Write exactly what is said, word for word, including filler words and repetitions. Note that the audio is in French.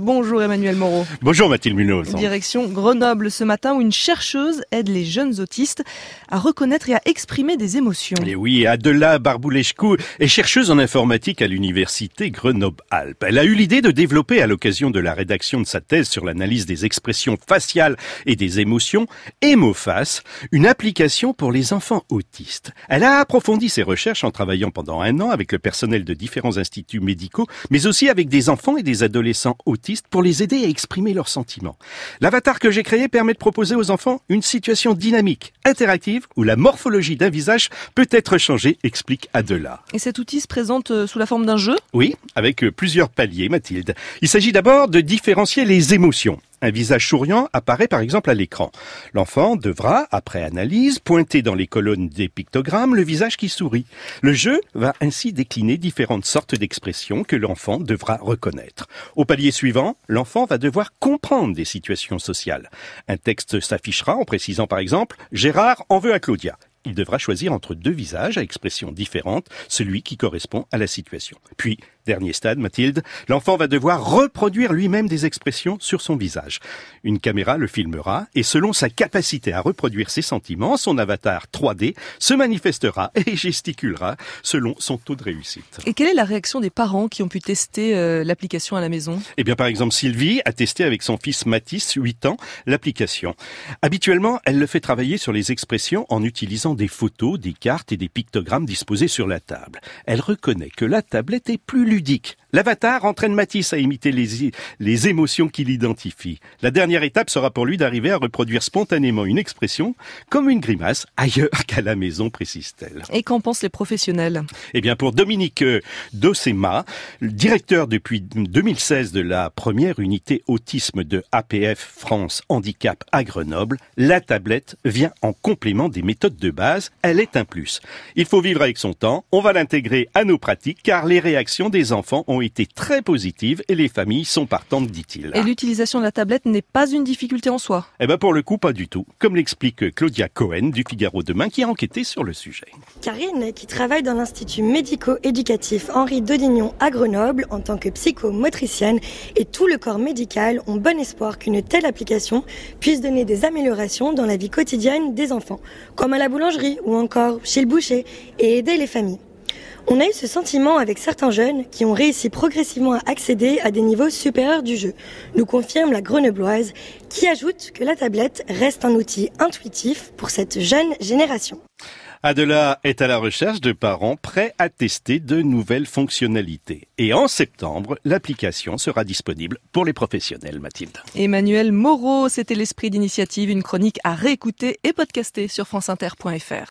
Bonjour Emmanuel Moreau. Bonjour Mathilde Munoz. Direction Grenoble ce matin où une chercheuse aide les jeunes autistes à reconnaître et à exprimer des émotions. Et oui, Adela Barboulescu est chercheuse en informatique à l'université Grenoble-Alpes. Elle a eu l'idée de développer à l'occasion de la rédaction de sa thèse sur l'analyse des expressions faciales et des émotions, EmoFace, une application pour les enfants autistes. Elle a approfondi ses recherches en travaillant pendant un an avec le personnel de différents instituts médicaux, mais aussi avec des enfants et des adolescents autistes pour les aider à exprimer leurs sentiments. L'avatar que j'ai créé permet de proposer aux enfants une situation dynamique, interactive, où la morphologie d'un visage peut être changée, explique Adela. Et cet outil se présente sous la forme d'un jeu ? Oui, avec plusieurs paliers, Mathilde. Il s'agit d'abord de différencier les émotions. Un visage souriant apparaît par exemple à l'écran. L'enfant devra, après analyse, pointer dans les colonnes des pictogrammes le visage qui sourit. Le jeu va ainsi décliner différentes sortes d'expressions que l'enfant devra reconnaître. Au palier suivant, l'enfant va devoir comprendre des situations sociales. Un texte s'affichera en précisant par exemple « Gérard en veut à Claudia ». Il devra choisir entre deux visages à expressions différentes, celui qui correspond à la situation. Puis, dernier stade, Mathilde, l'enfant va devoir reproduire lui-même des expressions sur son visage. Une caméra le filmera et selon sa capacité à reproduire ses sentiments, son avatar trois D se manifestera et gesticulera selon son taux de réussite. Et quelle est la réaction des parents qui ont pu tester euh, l'application à la maison ? Eh bien, par exemple, Sylvie a testé avec son fils Mathis, huit ans, l'application. Habituellement, elle le fait travailler sur les expressions en utilisant des photos, des cartes et des pictogrammes disposés sur la table. Elle reconnaît que la tablette est plus ludique. L'avatar entraîne Mathis à imiter les, les émotions qu'il identifie. La dernière étape sera pour lui d'arriver à reproduire spontanément une expression comme une grimace ailleurs qu'à la maison, précise-t-elle. Et qu'en pensent les professionnels ? Eh bien, pour Dominique Dossema, directeur depuis deux mille seize de la première unité autisme de A P F France Handicap à Grenoble, la tablette vient en complément des méthodes de base. Elle est un plus. Il faut vivre avec son temps. On va l'intégrer à nos pratiques car les réactions des enfants ont été très positives et les familles sont partantes, dit-il. Et l'utilisation de la tablette n'est pas une difficulté en soi ? Eh ben pour le coup, pas du tout. Comme l'explique Claudia Cohen du Figaro Demain qui a enquêté sur le sujet. Karine, qui travaille dans l'Institut médico-éducatif Henri Dodignon à Grenoble en tant que psychomotricienne, et tout le corps médical ont bon espoir qu'une telle application puisse donner des améliorations dans la vie quotidienne des enfants, comme à la boulangerie ou encore chez le boucher, et aider les familles. On a eu ce sentiment avec certains jeunes qui ont réussi progressivement à accéder à des niveaux supérieurs du jeu, nous confirme la Grenobloise, qui ajoute que la tablette reste un outil intuitif pour cette jeune génération. Adela est à la recherche de parents prêts à tester de nouvelles fonctionnalités. Et en septembre, l'application sera disponible pour les professionnels, Mathilde. Emmanuel Moreau, c'était l'esprit d'initiative, une chronique à réécouter et podcaster sur franceinter point f r.